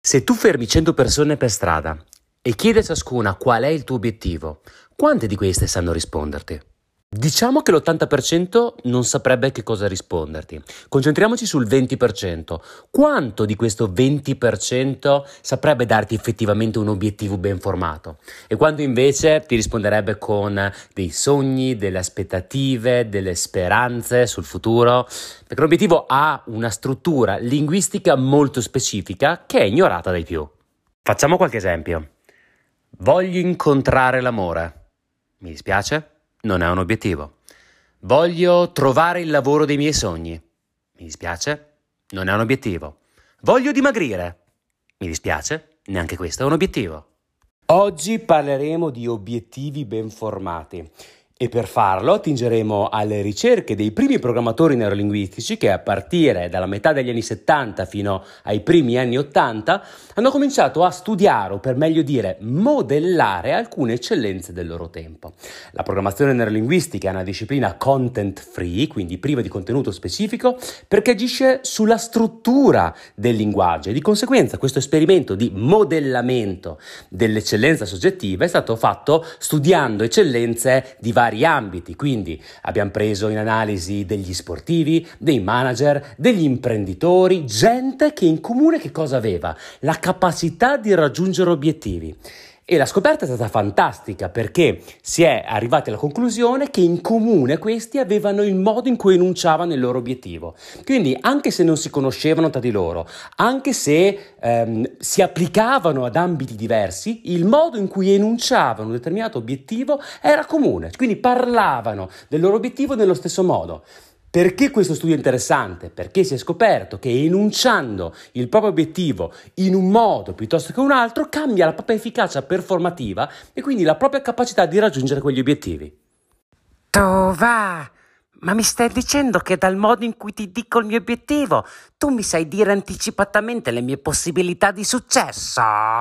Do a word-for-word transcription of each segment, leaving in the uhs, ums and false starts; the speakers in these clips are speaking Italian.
Se tu fermi cento persone per strada e chiedi a ciascuna qual è il tuo obiettivo, quante di queste sanno risponderti? Diciamo che l'ottanta per cento non saprebbe che cosa risponderti. Concentriamoci sul venti per cento. Quanto di questo venti per cento saprebbe darti effettivamente un obiettivo ben formato? E quanto invece ti risponderebbe con dei sogni, delle aspettative, delle speranze sul futuro? Perché l'obiettivo ha una struttura linguistica molto specifica che è ignorata dai più. Facciamo qualche esempio. Voglio incontrare l'amore. Mi dispiace? Non è un obiettivo. Voglio trovare il lavoro dei miei sogni. Mi dispiace? Non è un obiettivo. Voglio dimagrire. Mi dispiace? Neanche questo è un obiettivo. Oggi parleremo di obiettivi ben formati. E per farlo attingeremo alle ricerche dei primi programmatori neurolinguistici che a partire dalla metà degli anni settanta fino ai primi anni ottanta hanno cominciato a studiare, o per meglio dire modellare, alcune eccellenze del loro tempo. La programmazione neurolinguistica è una disciplina content free, quindi priva di contenuto specifico, perché agisce sulla struttura del linguaggio e di conseguenza questo esperimento di modellamento dell'eccellenza soggettiva è stato fatto studiando eccellenze di vari ambiti, quindi abbiamo preso in analisi degli sportivi, dei manager, degli imprenditori, gente che in comune che cosa aveva? La capacità di raggiungere obiettivi. E la scoperta è stata fantastica perché si è arrivati alla conclusione che in comune questi avevano il modo in cui enunciavano il loro obiettivo. Quindi anche se non si conoscevano tra di loro, anche se ehm, si applicavano ad ambiti diversi, il modo in cui enunciavano un determinato obiettivo era comune. Quindi parlavano del loro obiettivo nello stesso modo. Perché questo studio è interessante? Perché si è scoperto che enunciando il proprio obiettivo in un modo piuttosto che un altro cambia la propria efficacia performativa e quindi la propria capacità di raggiungere quegli obiettivi. Tova, ma mi stai dicendo che dal modo in cui ti dico il mio obiettivo tu mi sai dire anticipatamente le mie possibilità di successo?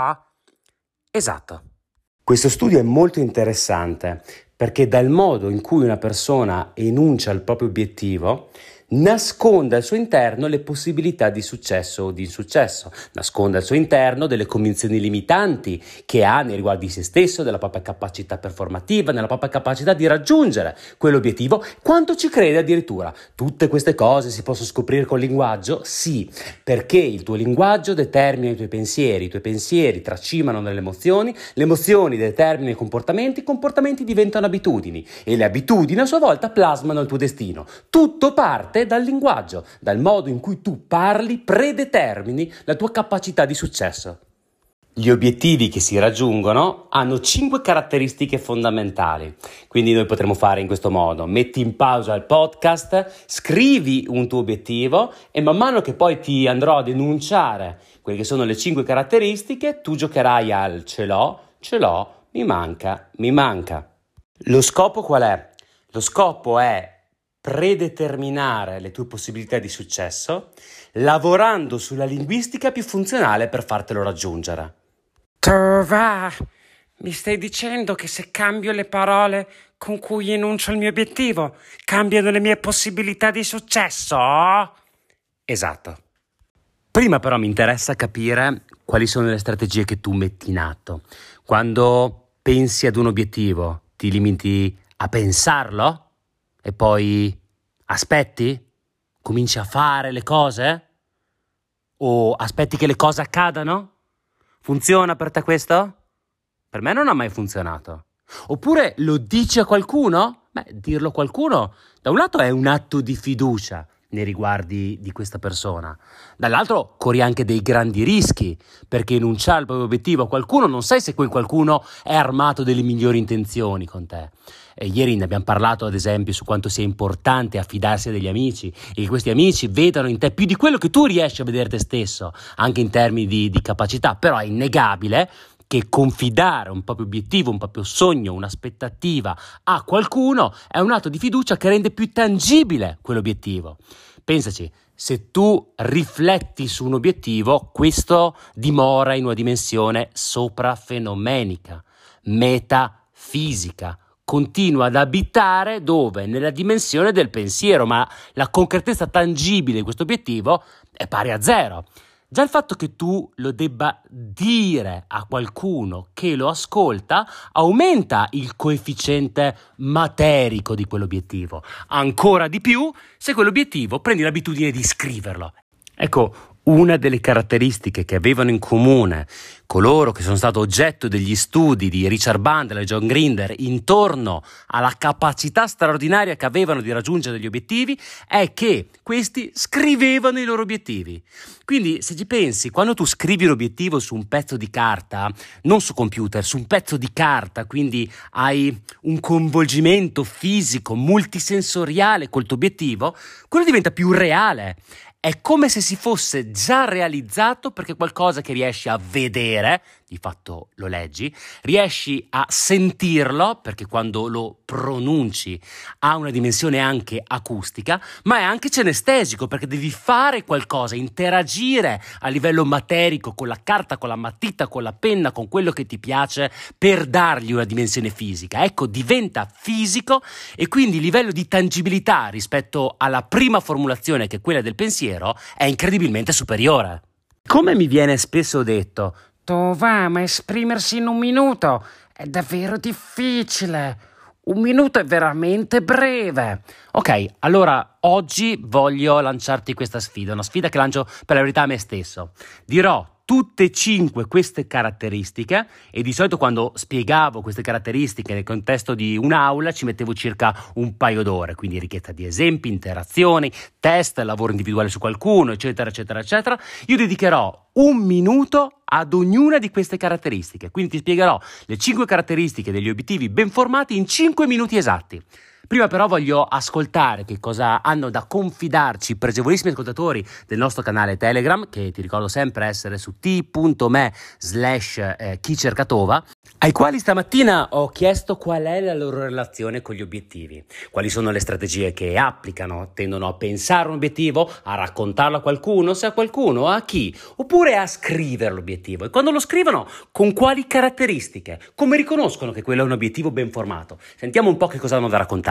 Esatto. Questo studio è molto interessante perché dal modo in cui una persona enuncia il proprio obiettivo nasconde al suo interno le possibilità di successo o di insuccesso, nasconde al suo interno delle convinzioni limitanti che ha nei riguardi di se stesso, della propria capacità performativa, nella propria capacità di raggiungere quell'obiettivo, quanto ci crede addirittura. Tutte queste cose si possono scoprire col linguaggio? Sì, perché il tuo linguaggio determina i tuoi pensieri, i tuoi pensieri tracimano nelle emozioni, le emozioni determinano i comportamenti, i comportamenti diventano abitudini e le abitudini a sua volta plasmano il tuo destino. Tutto parte dal linguaggio, dal modo in cui tu parli predetermini la tua capacità di successo. Gli obiettivi che si raggiungono hanno cinque caratteristiche fondamentali, quindi noi potremo fare in questo modo: metti in pausa il podcast, scrivi un tuo obiettivo e man mano che poi ti andrò ad enunciare quelle che sono le cinque caratteristiche, tu giocherai al ce l'ho, ce l'ho, mi manca, mi manca. Lo scopo qual è? Lo scopo è predeterminare le tue possibilità di successo lavorando sulla linguistica più funzionale per fartelo raggiungere. Tova, mi stai dicendo che se cambio le parole con cui enuncio il mio obiettivo, cambiano le mie possibilità di successo? Esatto. Prima però mi interessa capire quali sono le strategie che tu metti in atto. Quando pensi ad un obiettivo, ti limiti a pensarlo? E poi aspetti? Cominci a fare le cose? O aspetti che le cose accadano? Funziona per te questo? Per me non ha mai funzionato. Oppure lo dici a qualcuno? Beh, dirlo a qualcuno, da un lato è un atto di fiducia nei riguardi di questa persona. Dall'altro corri anche dei grandi rischi, perché enunciare il proprio obiettivo a qualcuno non sai se quel qualcuno è armato delle migliori intenzioni con te. E ieri ne abbiamo parlato ad esempio su quanto sia importante affidarsi a degli amici e che questi amici vedano in te più di quello che tu riesci a vedere te stesso, anche in termini di, di capacità. Però è innegabile che confidare un proprio obiettivo, un proprio sogno, un'aspettativa a qualcuno è un atto di fiducia che rende più tangibile quell'obiettivo. Pensaci, se tu rifletti su un obiettivo, questo dimora in una dimensione soprafenomenica, metafisica, continua ad abitare dove? Nella dimensione del pensiero, ma la concretezza tangibile di questo obiettivo è pari a zero. Già il fatto che tu lo debba dire a qualcuno che lo ascolta aumenta il coefficiente materico di quell'obiettivo. Ancora di più se quell'obiettivo prendi l'abitudine di scriverlo. Ecco, una delle caratteristiche che avevano in comune coloro che sono stati oggetto degli studi di Richard Bandler e John Grinder intorno alla capacità straordinaria che avevano di raggiungere degli obiettivi è che questi scrivevano i loro obiettivi. Quindi, se ci pensi, quando tu scrivi l'obiettivo su un pezzo di carta, non su computer, su un pezzo di carta, quindi hai un coinvolgimento fisico, multisensoriale col tuo obiettivo, quello diventa più reale. È come se si fosse già realizzato perché è qualcosa che riesci a vedere, di fatto lo leggi, riesci a sentirlo perché quando lo pronunci ha una dimensione anche acustica, ma è anche cinestesico perché devi fare qualcosa, interagire a livello materico con la carta, con la matita, con la penna, con quello che ti piace per dargli una dimensione fisica. Ecco, diventa fisico e quindi il livello di tangibilità rispetto alla prima formulazione, che è quella del pensiero, è incredibilmente superiore. Come mi viene spesso detto, Tova, ma esprimersi in un minuto è davvero difficile. Un minuto è veramente breve. ok, allora oggi voglio lanciarti questa sfida, una sfida che lancio per la verità a me stesso. Dirò tutte e cinque queste caratteristiche e di solito quando spiegavo queste caratteristiche nel contesto di un'aula ci mettevo circa un paio d'ore, quindi richiesta di esempi, interazioni, test, lavoro individuale su qualcuno, eccetera, eccetera, eccetera. Io dedicherò un minuto ad ognuna di queste caratteristiche, quindi ti spiegherò le cinque caratteristiche degli obiettivi ben formati in cinque minuti esatti. Prima però voglio ascoltare che cosa hanno da confidarci i pregevolissimi ascoltatori del nostro canale Telegram, che ti ricordo sempre essere su t.me slash chi cerca Tova, ai quali stamattina ho chiesto qual è la loro relazione con gli obiettivi, quali sono le strategie che applicano, tendono a pensare un obiettivo, a raccontarlo a qualcuno, se a qualcuno, a chi, oppure a scrivere l'obiettivo e quando lo scrivono con quali caratteristiche, come riconoscono che quello è un obiettivo ben formato. Sentiamo un po' che cosa hanno da raccontarci.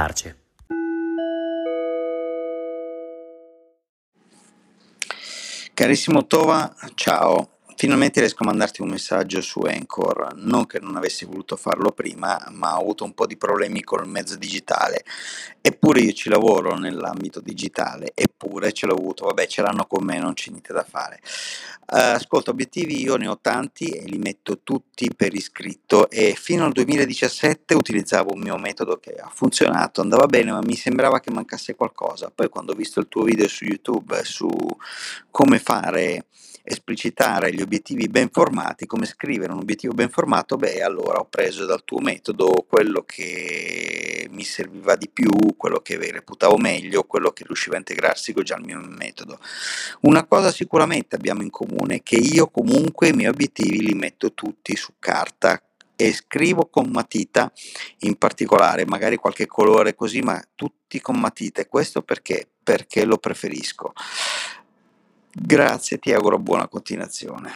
Carissimo Tova, ciao. Finalmente riesco a mandarti un messaggio su Anchor, non che non avessi voluto farlo prima, ma ho avuto un po' di problemi col mezzo digitale. Eppure io ci lavoro nell'ambito digitale, eppure ce l'ho avuto, vabbè, ce l'hanno con me, non c'è niente da fare. Uh, ascolta, obiettivi io ne ho tanti e li metto tutti per iscritto e fino al duemiladiciassette utilizzavo un mio metodo che ha funzionato, andava bene, ma mi sembrava che mancasse qualcosa. Poi quando ho visto il tuo video su YouTube su come fare esplicitare gli obiettivi ben formati, come scrivere un obiettivo ben formato, beh, allora ho preso dal tuo metodo quello che mi serviva di più, quello che reputavo meglio, quello che riusciva a integrarsi con già il mio metodo. Una cosa sicuramente abbiamo in comune, che io comunque i miei obiettivi li metto tutti su carta e scrivo con matita, in particolare magari qualche colore così, ma tutti con matita. E questo perché? Perché lo preferisco. Grazie, ti auguro buona continuazione.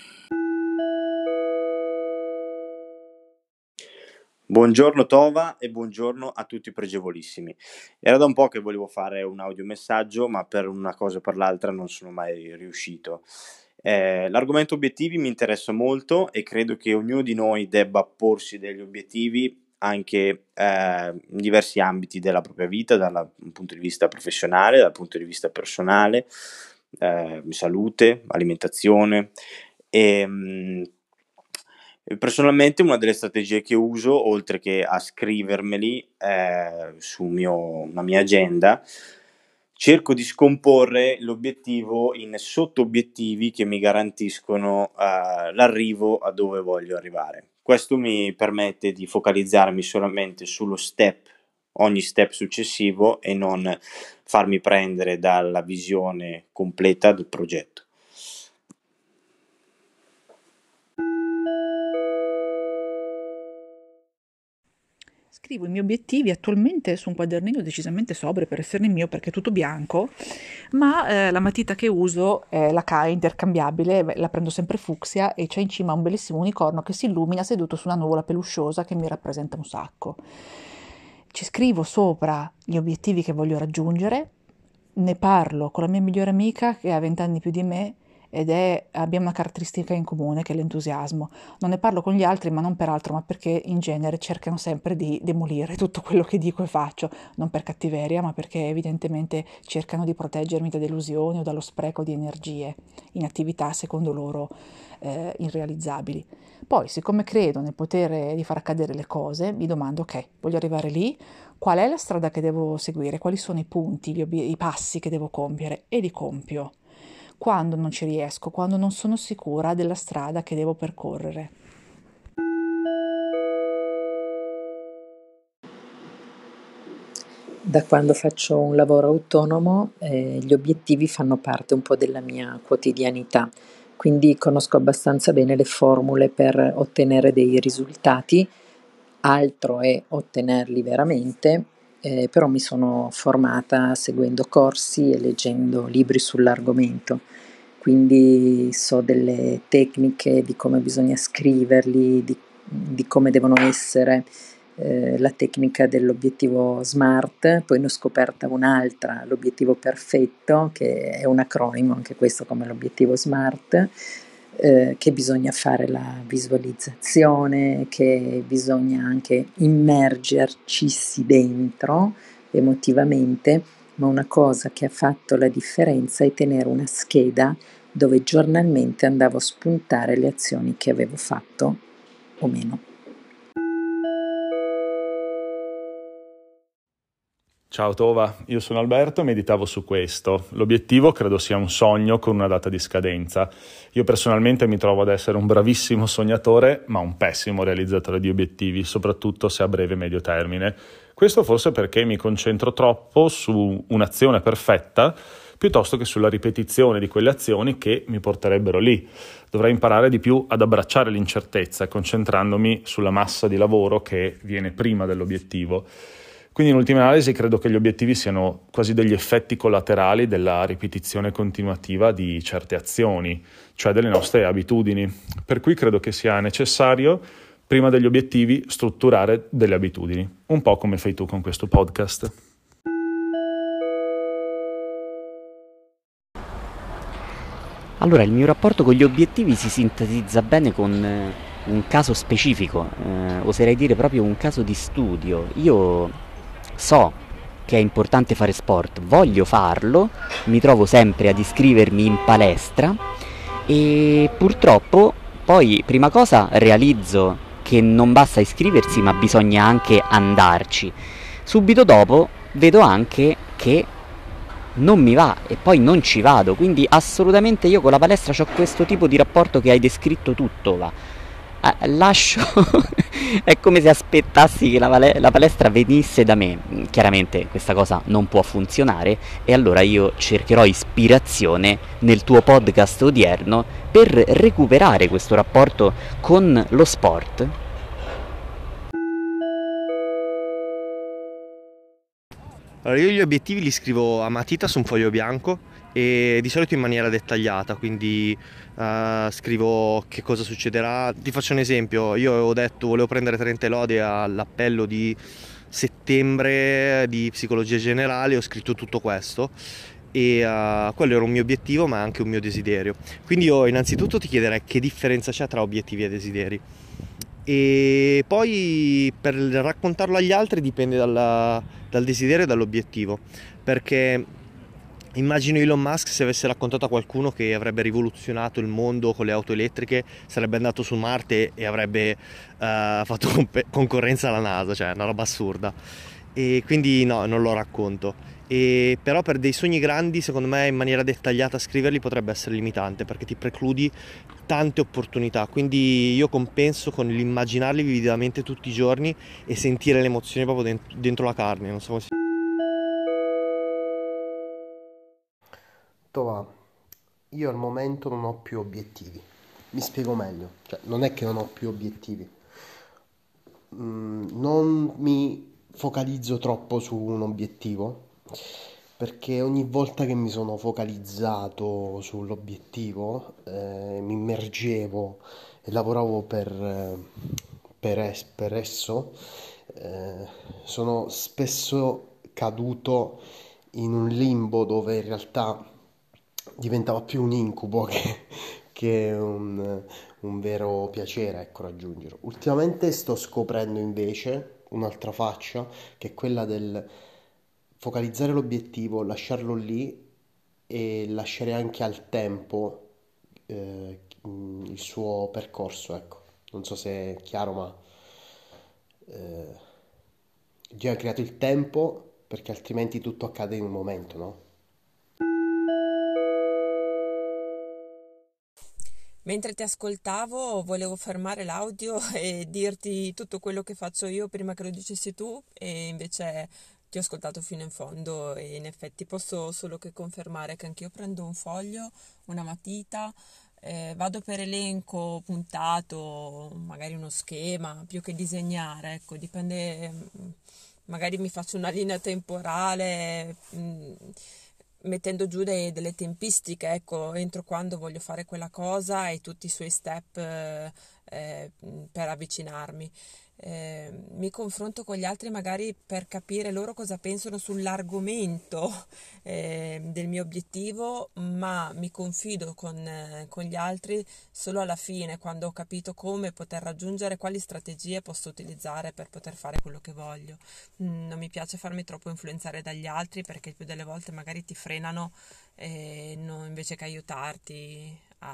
Buongiorno Tova e buongiorno a tutti i pregevolissimi. Era da un po' che volevo fare un audiomessaggio, ma per una cosa o per l'altra non sono mai riuscito. Eh, l'argomento obiettivi mi interessa molto e credo che ognuno di noi debba porsi degli obiettivi anche eh, in diversi ambiti della propria vita, dal punto di vista professionale, dal punto di vista personale, eh, salute, alimentazione e mh, personalmente una delle strategie che uso, oltre che a scrivermeli eh, su mio, una mia agenda, cerco di scomporre l'obiettivo in sotto-obiettivi che mi garantiscono uh, l'arrivo a dove voglio arrivare. Questo mi permette di focalizzarmi solamente sullo step, ogni step successivo e non farmi prendere dalla visione completa del progetto. Scrivo i miei obiettivi attualmente su un quadernino decisamente sobrio per esserne mio, perché è tutto bianco, ma eh, la matita che uso è la K intercambiabile, la prendo sempre fucsia e c'è in cima un bellissimo unicorno che si illumina seduto su una nuvola pelusciosa che mi rappresenta un sacco. Ci scrivo sopra gli obiettivi che voglio raggiungere, ne parlo con la mia migliore amica che ha vent'anni più di me ed è, abbiamo una caratteristica in comune che è l'entusiasmo. Non ne parlo con gli altri, ma non per altro, ma perché in genere cercano sempre di demolire tutto quello che dico e faccio, non per cattiveria, ma perché evidentemente cercano di proteggermi da delusioni o dallo spreco di energie in attività secondo loro eh, irrealizzabili. Poi, siccome credo nel potere di far accadere le cose, mi domando, ok, voglio arrivare lì, qual è la strada che devo seguire, quali sono i punti, gli obiet- i passi che devo compiere, e li compio. Quando non ci riesco, quando non sono sicura della strada che devo percorrere. Da quando faccio un lavoro autonomo, eh, gli obiettivi fanno parte un po' della mia quotidianità, quindi conosco abbastanza bene le formule per ottenere dei risultati, altro è ottenerli veramente, eh, però mi sono formata seguendo corsi e leggendo libri sull'argomento, quindi so delle tecniche di come bisogna scriverli, di, di come devono essere, eh, la tecnica dell'obiettivo SMART, poi ne ho scoperta un'altra, l'obiettivo perfetto, che è un acronimo anche questo come l'obiettivo SMART, eh, che bisogna fare la visualizzazione, che bisogna anche immergerci dentro emotivamente, ma una cosa che ha fatto la differenza è tenere una scheda dove giornalmente andavo a spuntare le azioni che avevo fatto o meno. Ciao Tova, io sono Alberto e meditavo su questo. L'obiettivo credo sia un sogno con una data di scadenza. Io personalmente mi trovo ad essere un bravissimo sognatore, ma un pessimo realizzatore di obiettivi, soprattutto se a breve e medio termine. Questo forse perché mi concentro troppo su un'azione perfetta piuttosto che sulla ripetizione di quelle azioni che mi porterebbero lì. Dovrei imparare di più ad abbracciare l'incertezza, concentrandomi sulla massa di lavoro che viene prima dell'obiettivo. Quindi in ultima analisi credo che gli obiettivi siano quasi degli effetti collaterali della ripetizione continuativa di certe azioni, cioè delle nostre abitudini. Per cui credo che sia necessario, prima degli obiettivi, strutturare delle abitudini, un po' come fai tu con questo podcast. Allora, il mio rapporto con gli obiettivi si sintetizza bene con eh, un caso specifico, eh, oserei dire proprio un caso di studio. Io so che è importante fare sport, voglio farlo, mi trovo sempre ad iscrivermi in palestra e purtroppo poi, prima cosa, realizzo che non basta iscriversi ma bisogna anche andarci. Subito dopo vedo anche che non mi va e poi non ci vado, quindi assolutamente io con la palestra ho questo tipo di rapporto che hai descritto tutto, va. Eh, lascio è come se aspettassi che la, vale- la palestra venisse da me. Chiaramente questa cosa non può funzionare e allora io cercherò ispirazione nel tuo podcast odierno per recuperare questo rapporto con lo sport. Allora, io gli obiettivi li scrivo a matita su un foglio bianco e di solito in maniera dettagliata, quindi uh, scrivo che cosa succederà. Ti faccio un esempio: io avevo detto volevo prendere trenta lode all'appello di settembre di psicologia generale, ho scritto tutto questo e uh, quello era un mio obiettivo ma anche un mio desiderio. Quindi io innanzitutto ti chiederei che differenza c'è tra obiettivi e desideri, e poi per raccontarlo agli altri dipende dalla, dal desiderio e dall'obiettivo, perché immagino Elon Musk, se avesse raccontato a qualcuno che avrebbe rivoluzionato il mondo con le auto elettriche, sarebbe andato su Marte e avrebbe uh, fatto comp- concorrenza alla NASA, cioè una roba assurda, e quindi no, non lo racconto. E però per dei sogni grandi, secondo me, in maniera dettagliata scriverli potrebbe essere limitante, perché ti precludi tante opportunità. Quindi io compenso con l'immaginarli vividamente tutti i giorni e sentire le emozioni proprio dentro, dentro la carne. Non so come si... Tova, io al momento non ho più obiettivi. Mi spiego meglio. Cioè, non è che non ho più obiettivi. Mm, non mi focalizzo troppo su un obiettivo, perché ogni volta che mi sono focalizzato sull'obiettivo eh, mi immergevo e lavoravo per, eh, per, es- per esso, eh, sono spesso caduto in un limbo dove in realtà diventava più un incubo che, che un, un vero piacere, ecco, raggiungerlo. Ultimamente sto scoprendo invece un'altra faccia, che è quella del focalizzare l'obiettivo, lasciarlo lì e lasciare anche al tempo eh, il suo percorso, ecco. Non so se è chiaro, ma eh, Dio ha creato il tempo perché altrimenti tutto accade in un momento, no? Mentre ti ascoltavo, volevo fermare l'audio e dirti tutto quello che faccio io prima che lo dicessi tu, e invece ti ho ascoltato fino in fondo e in effetti posso solo che confermare che anch'io prendo un foglio, una matita, eh, vado per elenco puntato, magari uno schema, più che disegnare, ecco, dipende, mm, magari mi faccio una linea temporale, mm, mettendo giù dei- delle tempistiche, ecco, entro quando voglio fare quella cosa e tutti i suoi step eh, eh, per avvicinarmi. Eh, mi confronto con gli altri magari per capire loro cosa pensano sull'argomento eh, del mio obiettivo, ma mi confido con, eh, con gli altri solo alla fine, quando ho capito come poter raggiungere, quali strategie posso utilizzare per poter fare quello che voglio. Mm, non mi piace farmi troppo influenzare dagli altri perché il più delle volte magari ti frenano eh, no- invece che aiutarti a...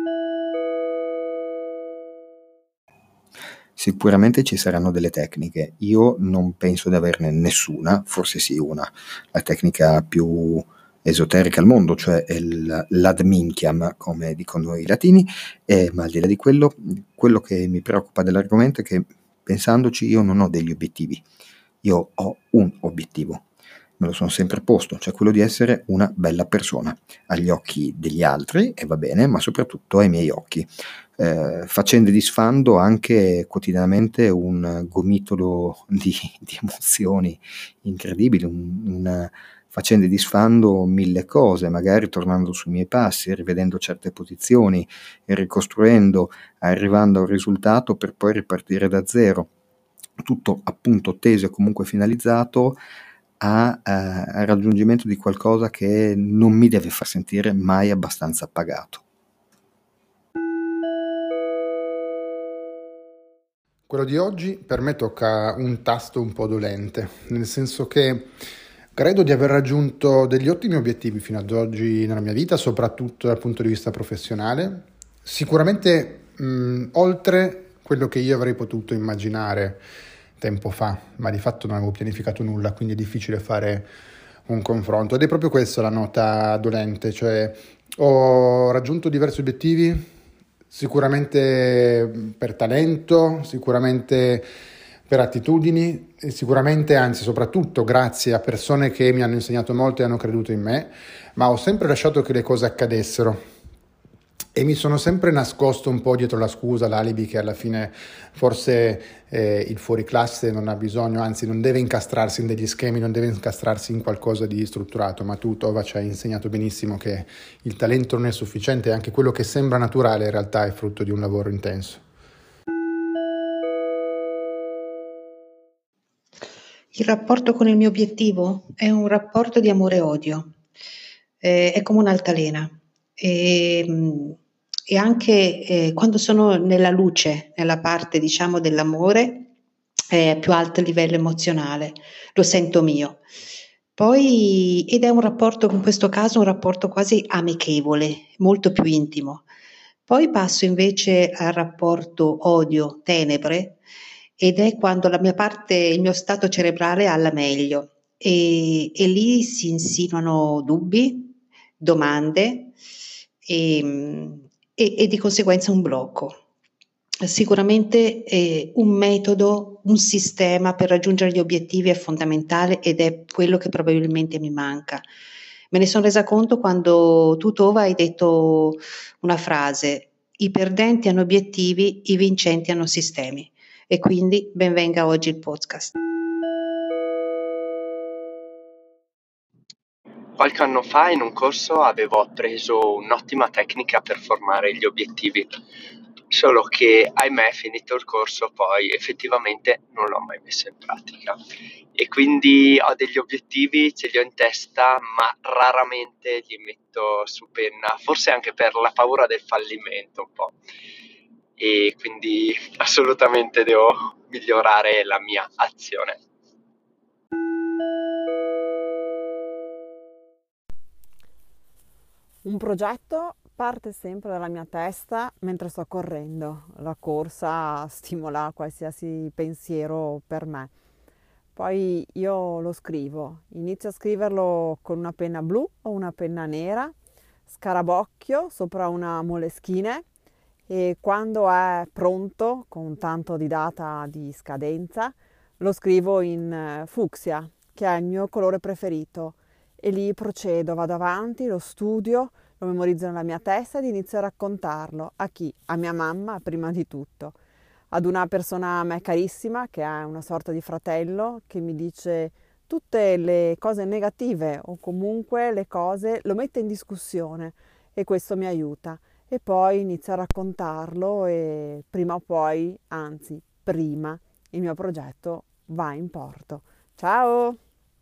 Sicuramente ci saranno delle tecniche, io non penso di averne nessuna, forse sì una, la tecnica più esoterica al mondo, cioè il, l'ad minchiam, come dicono i latini, eh, ma al di là di quello, quello che mi preoccupa dell'argomento è che pensandoci io non ho degli obiettivi, io ho un obiettivo, me lo sono sempre posto, cioè quello di essere una bella persona, agli occhi degli altri, e va bene, ma soprattutto ai miei occhi. Eh, faccende di sfando anche quotidianamente un gomitolo di, di emozioni incredibili, un, un, faccende di sfando mille cose, magari tornando sui miei passi, rivedendo certe posizioni, ricostruendo, arrivando a un risultato per poi ripartire da zero. Tutto appunto teso e comunque finalizzato a, eh, al raggiungimento di qualcosa che non mi deve far sentire mai abbastanza appagato. Quello di oggi per me tocca un tasto un po' dolente, nel senso che credo di aver raggiunto degli ottimi obiettivi fino ad oggi nella mia vita, soprattutto dal punto di vista professionale, sicuramente mh, oltre quello che io avrei potuto immaginare tempo fa, ma di fatto non avevo pianificato nulla, quindi è difficile fare un confronto. Ed è proprio questa la nota dolente, cioè ho raggiunto diversi obiettivi, sicuramente per talento, sicuramente per attitudini, e sicuramente, anzi soprattutto grazie a persone che mi hanno insegnato molto e hanno creduto in me, ma ho sempre lasciato che le cose accadessero e mi sono sempre nascosto un po' dietro la scusa, l'alibi che alla fine forse eh, il fuoriclasse non ha bisogno, anzi non deve incastrarsi in degli schemi, non deve incastrarsi in qualcosa di strutturato, ma tu, Tova, ci hai insegnato benissimo che il talento non è sufficiente e anche quello che sembra naturale in realtà è frutto di un lavoro intenso. Il rapporto con il mio obiettivo è un rapporto di amore e odio, eh, è come un'altalena. E, mh, e anche eh, quando sono nella luce, nella parte diciamo dell'amore, è più alto il livello emozionale, lo sento mio. Poi, ed è un rapporto, in questo caso, un rapporto quasi amichevole, molto più intimo. Poi passo invece al rapporto odio-tenebre, ed è quando la mia parte, il mio stato cerebrale alla meglio e, e lì si insinuano dubbi, domande e, e, e di conseguenza un blocco. Sicuramente eh, un metodo, un sistema per raggiungere gli obiettivi è fondamentale ed è quello che probabilmente mi manca. Me ne sono resa conto quando tu, Tova, hai detto una frase: i perdenti hanno obiettivi, i vincenti hanno sistemi. E quindi ben venga oggi il podcast. Qualche anno fa in un corso avevo appreso un'ottima tecnica per formare gli obiettivi. solo che ahimè finito il corso poi effettivamente non l'ho mai messo in pratica e quindi ho degli obiettivi, ce li ho in testa, ma raramente li metto su penna, forse anche per la paura del fallimento un po', e quindi assolutamente devo migliorare la mia azione. Un progetto parte sempre dalla mia testa mentre sto correndo. La corsa stimola qualsiasi pensiero per me. Poi io lo scrivo, inizio a scriverlo con una penna blu o una penna nera, scarabocchio sopra una Moleskine e quando è pronto, con tanto di data di scadenza, lo scrivo in fucsia, che è il mio colore preferito. E lì procedo, vado avanti, lo studio, lo memorizzo nella mia testa ed inizio a raccontarlo. A chi? A mia mamma prima di tutto. Ad una persona a me carissima, che è una sorta di fratello, che mi dice tutte le cose negative o comunque le cose, lo mette in discussione e questo mi aiuta. E poi inizio a raccontarlo e prima o poi, anzi prima, il mio progetto va in porto. Ciao!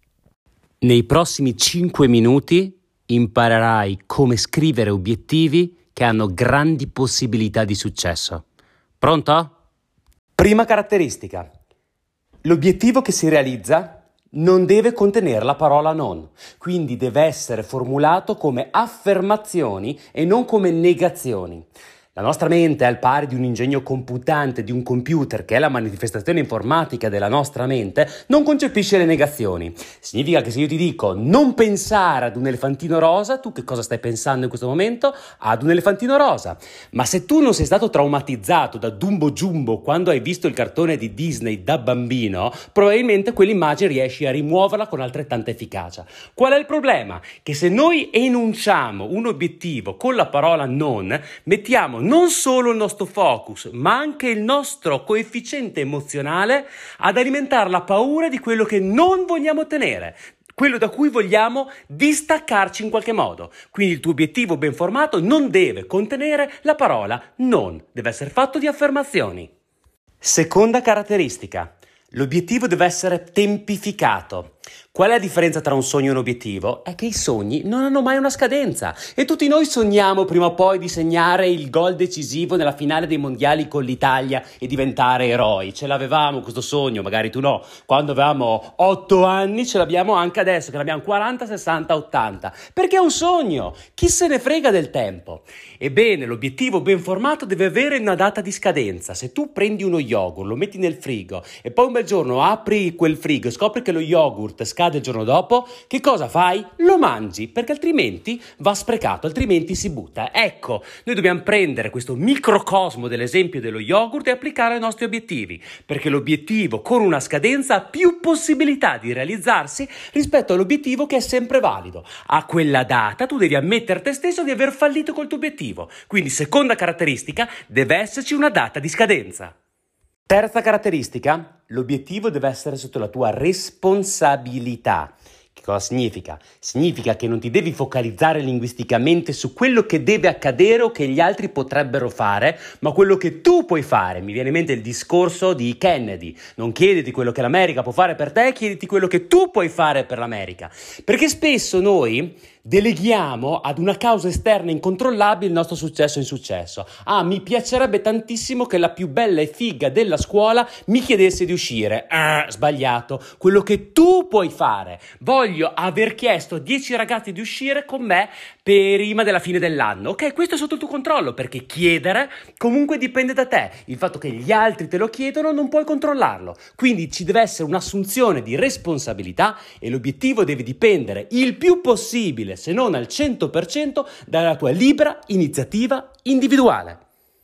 Nei prossimi cinque minuti imparerai come scrivere obiettivi che hanno grandi possibilità di successo. Pronto? Prima caratteristica. L'obiettivo che si realizza non deve contenere la parola non, quindi deve essere formulato come affermazioni e non come negazioni. La nostra mente, al pari di un ingegno computante di un computer, che è la manifestazione informatica della nostra mente, non concepisce le negazioni. Significa che se io ti dico non pensare ad un elefantino rosa, tu che cosa stai pensando in questo momento? Ad un elefantino rosa. Ma se tu non sei stato traumatizzato da Dumbo Jumbo quando hai visto il cartone di Disney da bambino, probabilmente quell'immagine riesci a rimuoverla con altrettanta efficacia. Qual è il problema? Che se noi enunciamo un obiettivo con la parola non, mettiamo non solo il nostro focus, ma anche il nostro coefficiente emozionale ad alimentare la paura di quello che non vogliamo ottenere, quello da cui vogliamo distaccarci in qualche modo. Quindi il tuo obiettivo ben formato non deve contenere la parola non, deve essere fatto di affermazioni. Seconda caratteristica. L'obiettivo deve essere tempificato. Qual è la differenza tra un sogno e un obiettivo? È che i sogni non hanno mai una scadenza e tutti noi sogniamo prima o poi di segnare il gol decisivo nella finale dei mondiali con l'Italia e diventare eroi. Ce l'avevamo questo sogno, magari tu no, quando avevamo otto anni, ce l'abbiamo anche adesso che ne abbiamo quaranta, sessanta, ottanta, perché è un sogno, chi se ne frega del tempo? Ebbene, l'obiettivo ben formato deve avere una data di scadenza. Se tu prendi uno yogurt, lo metti nel frigo e poi un bel giorno apri quel frigo e scopri che lo yogurt scade il giorno dopo, che cosa fai? Lo mangi, perché altrimenti va sprecato, altrimenti si butta. Ecco, noi dobbiamo prendere questo microcosmo dell'esempio dello yogurt e applicare ai nostri obiettivi, perché l'obiettivo con una scadenza ha più possibilità di realizzarsi rispetto all'obiettivo che è sempre valido. A quella data tu devi ammettere a te stesso di aver fallito col tuo obiettivo. Quindi, seconda caratteristica, deve esserci una data di scadenza. Terza caratteristica, l'obiettivo deve essere sotto la tua responsabilità. Che cosa significa? Significa che non ti devi focalizzare linguisticamente su quello che deve accadere o che gli altri potrebbero fare, ma quello che tu puoi fare. Mi viene in mente il discorso di Kennedy. Non chiediti quello che l'America può fare per te, chiediti quello che tu puoi fare per l'America. Perché spesso noi deleghiamo ad una causa esterna incontrollabile il nostro successo e insuccesso. Ah, mi piacerebbe tantissimo che la più bella e figa della scuola mi chiedesse di uscire. Ah, sbagliato. Quello che tu puoi fare. Voglio aver chiesto a dieci ragazzi di uscire con me prima della fine dell'anno. Ok, questo è sotto il tuo controllo, perché chiedere comunque dipende da te. Il fatto che gli altri te lo chiedono non puoi controllarlo. Quindi ci deve essere un'assunzione di responsabilità e l'obiettivo deve dipendere il più possibile, se non al cento per cento, dalla tua libera iniziativa individuale.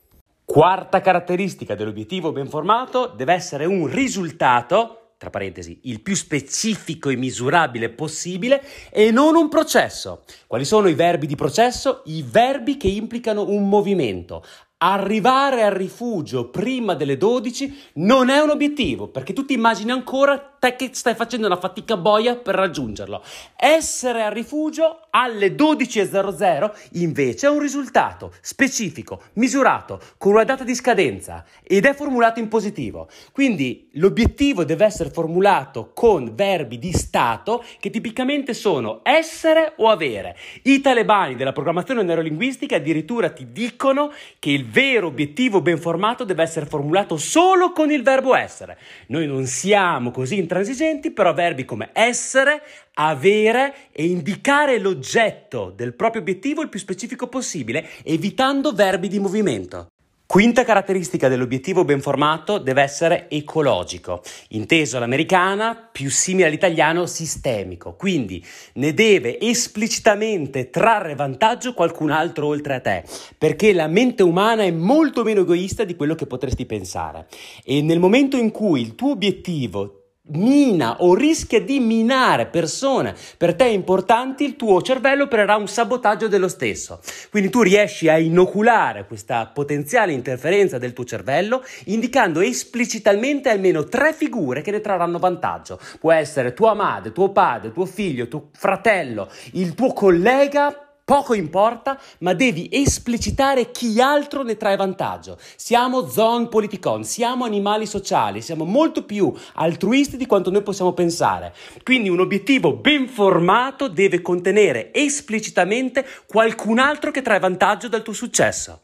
Quarta caratteristica dell'obiettivo ben formato, deve essere un risultato, tra parentesi, il più specifico e misurabile possibile e non un processo. Quali sono i verbi di processo? I verbi che implicano un movimento. Arrivare al rifugio prima delle dodici non è un obiettivo, perché tu ti immagini ancora te che stai facendo una fatica boia per raggiungerlo. Essere al rifugio alle dodici e zero zero invece è un risultato specifico, misurato, con una data di scadenza ed è formulato in positivo. Quindi l'obiettivo deve essere formulato con verbi di stato che tipicamente sono essere o avere. I talebani della programmazione neurolinguistica addirittura ti dicono che il vero obiettivo ben formato deve essere formulato solo con il verbo essere. Noi non siamo così intransigenti, però verbi come essere, avere e indicare l'oggetto del proprio obiettivo il più specifico possibile, evitando verbi di movimento. Quinta caratteristica dell'obiettivo ben formato deve essere ecologico, inteso all'americana, più simile all'italiano, sistemico, quindi ne deve esplicitamente trarre vantaggio qualcun altro oltre a te, perché la mente umana è molto meno egoista di quello che potresti pensare e nel momento in cui il tuo obiettivo mina o rischia di minare persone per te importanti, il tuo cervello opererà un sabotaggio dello stesso. Quindi tu riesci a inoculare questa potenziale interferenza del tuo cervello indicando esplicitamente almeno tre figure che ne trarranno vantaggio. Può essere tua madre, tuo padre, tuo figlio, tuo fratello, il tuo collega. Poco importa, ma devi esplicitare chi altro ne trae vantaggio. Siamo zon politikon, siamo animali sociali, siamo molto più altruisti di quanto noi possiamo pensare. Quindi un obiettivo ben formato deve contenere esplicitamente qualcun altro che trae vantaggio dal tuo successo.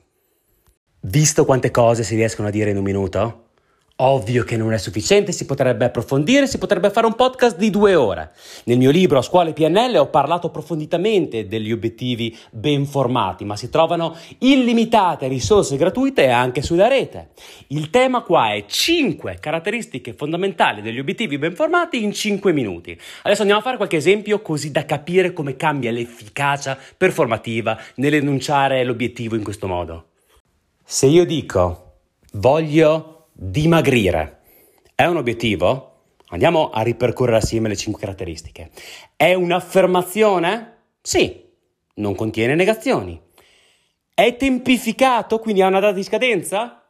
Visto quante cose si riescono a dire in un minuto? Ovvio che non è sufficiente, si potrebbe approfondire, si potrebbe fare un podcast di due ore. Nel mio libro A Scuola P N L ho parlato approfonditamente degli obiettivi ben formati, ma si trovano illimitate risorse gratuite anche sulla rete. Il tema qua è cinque caratteristiche fondamentali degli obiettivi ben formati in cinque minuti. Adesso andiamo a fare qualche esempio così da capire come cambia l'efficacia performativa nell'enunciare l'obiettivo in questo modo. Se io dico voglio dimagrire, è un obiettivo? Andiamo a ripercorrere assieme le cinque caratteristiche. È un'affermazione? Sì, non contiene negazioni. È tempificato, quindi ha una data di scadenza?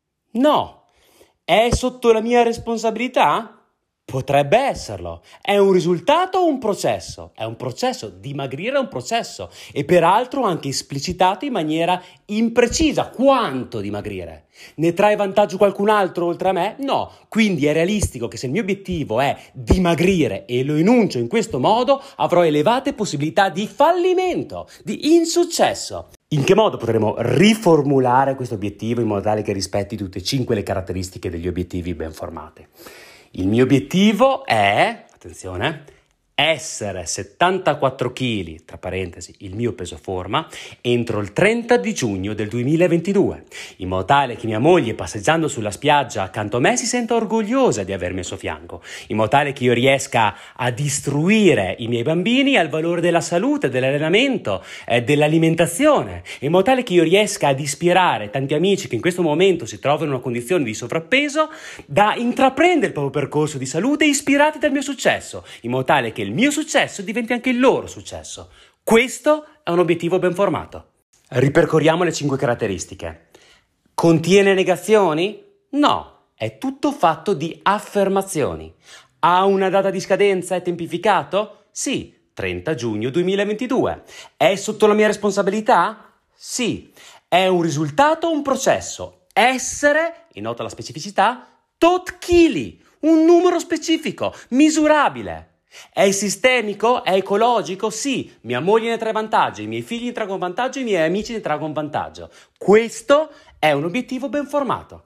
No. È sotto la mia responsabilità? Potrebbe esserlo. È un risultato o un processo? È un processo. Dimagrire è un processo e peraltro anche esplicitato in maniera imprecisa. Quanto dimagrire? Ne trae vantaggio qualcun altro oltre a me? No. Quindi è realistico che se il mio obiettivo è dimagrire e lo enuncio in questo modo, avrò elevate possibilità di fallimento, di insuccesso. In che modo potremo riformulare questo obiettivo in modo tale che rispetti tutte e cinque le caratteristiche degli obiettivi ben formati? Il mio obiettivo è, attenzione, essere settantaquattro chili, tra parentesi il mio peso forma, entro il trenta di giugno del duemilaventidue, in modo tale che mia moglie passeggiando sulla spiaggia accanto a me si senta orgogliosa di avermi al suo fianco, in modo tale che io riesca a istruire i miei bambini al valore della salute, dell'allenamento, eh, dell'alimentazione, in modo tale che io riesca ad ispirare tanti amici che in questo momento si trovano in una condizione di sovrappeso da intraprendere il proprio percorso di salute ispirati dal mio successo, in modo tale che il mio successo diventi anche il loro successo. Questo è un obiettivo ben formato. Ripercorriamo le cinque caratteristiche. Contiene negazioni? No, è tutto fatto di affermazioni. Ha una data di scadenza? È tempificato? Sì, trenta giugno duemilaventidue. È sotto la mia responsabilità? Sì. È un risultato o un processo? Essere, in nota la specificità, tot chili, un numero specifico, misurabile. È sistemico? È ecologico? Sì. Mia moglie ne trae vantaggio, i miei figli ne traggono vantaggio, i miei amici ne traggono vantaggio. Questo è un obiettivo ben formato.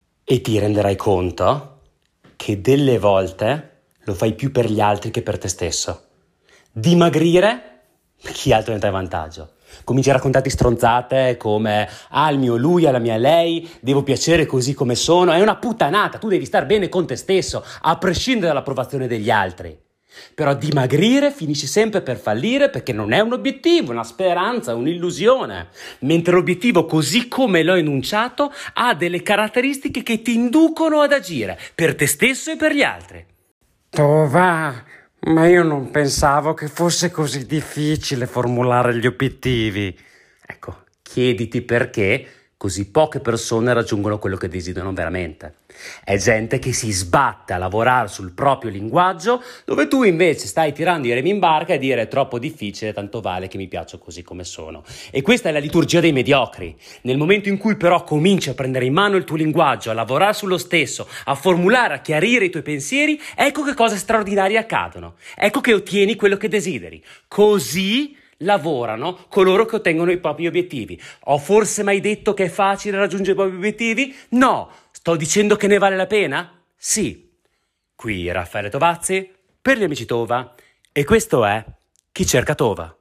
E ti renderai conto che delle volte lo fai più per gli altri che per te stesso. Dimagrire? Chi altro ne trae vantaggio? Cominci a raccontarti stronzate come ah il mio lui, alla mia lei, devo piacere così come sono. È una puttanata, tu devi star bene con te stesso, a prescindere dall'approvazione degli altri. Però dimagrire finisce sempre per fallire perché non è un obiettivo, una speranza, un'illusione. Mentre l'obiettivo, così come l'ho enunciato, ha delle caratteristiche che ti inducono ad agire per te stesso e per gli altri. Tova, ma io non pensavo che fosse così difficile formulare gli obiettivi. Ecco, chiediti perché Così poche persone raggiungono quello che desiderano veramente. È gente che si sbatte a lavorare sul proprio linguaggio, dove tu invece stai tirando i remi in barca e dire è troppo difficile, tanto vale che mi piaccio così come sono. E questa è la liturgia dei mediocri. Nel momento in cui però cominci a prendere in mano il tuo linguaggio, a lavorare sullo stesso, a formulare, a chiarire i tuoi pensieri, ecco che cose straordinarie accadono. Ecco che ottieni quello che desideri. Così lavorano coloro che ottengono i propri obiettivi. Ho forse mai detto che è facile raggiungere i propri obiettivi? No. Sto dicendo che ne vale la pena? Sì. Qui Raffaele Tovazzi per gli amici Tova e questo è Chi cerca Tova.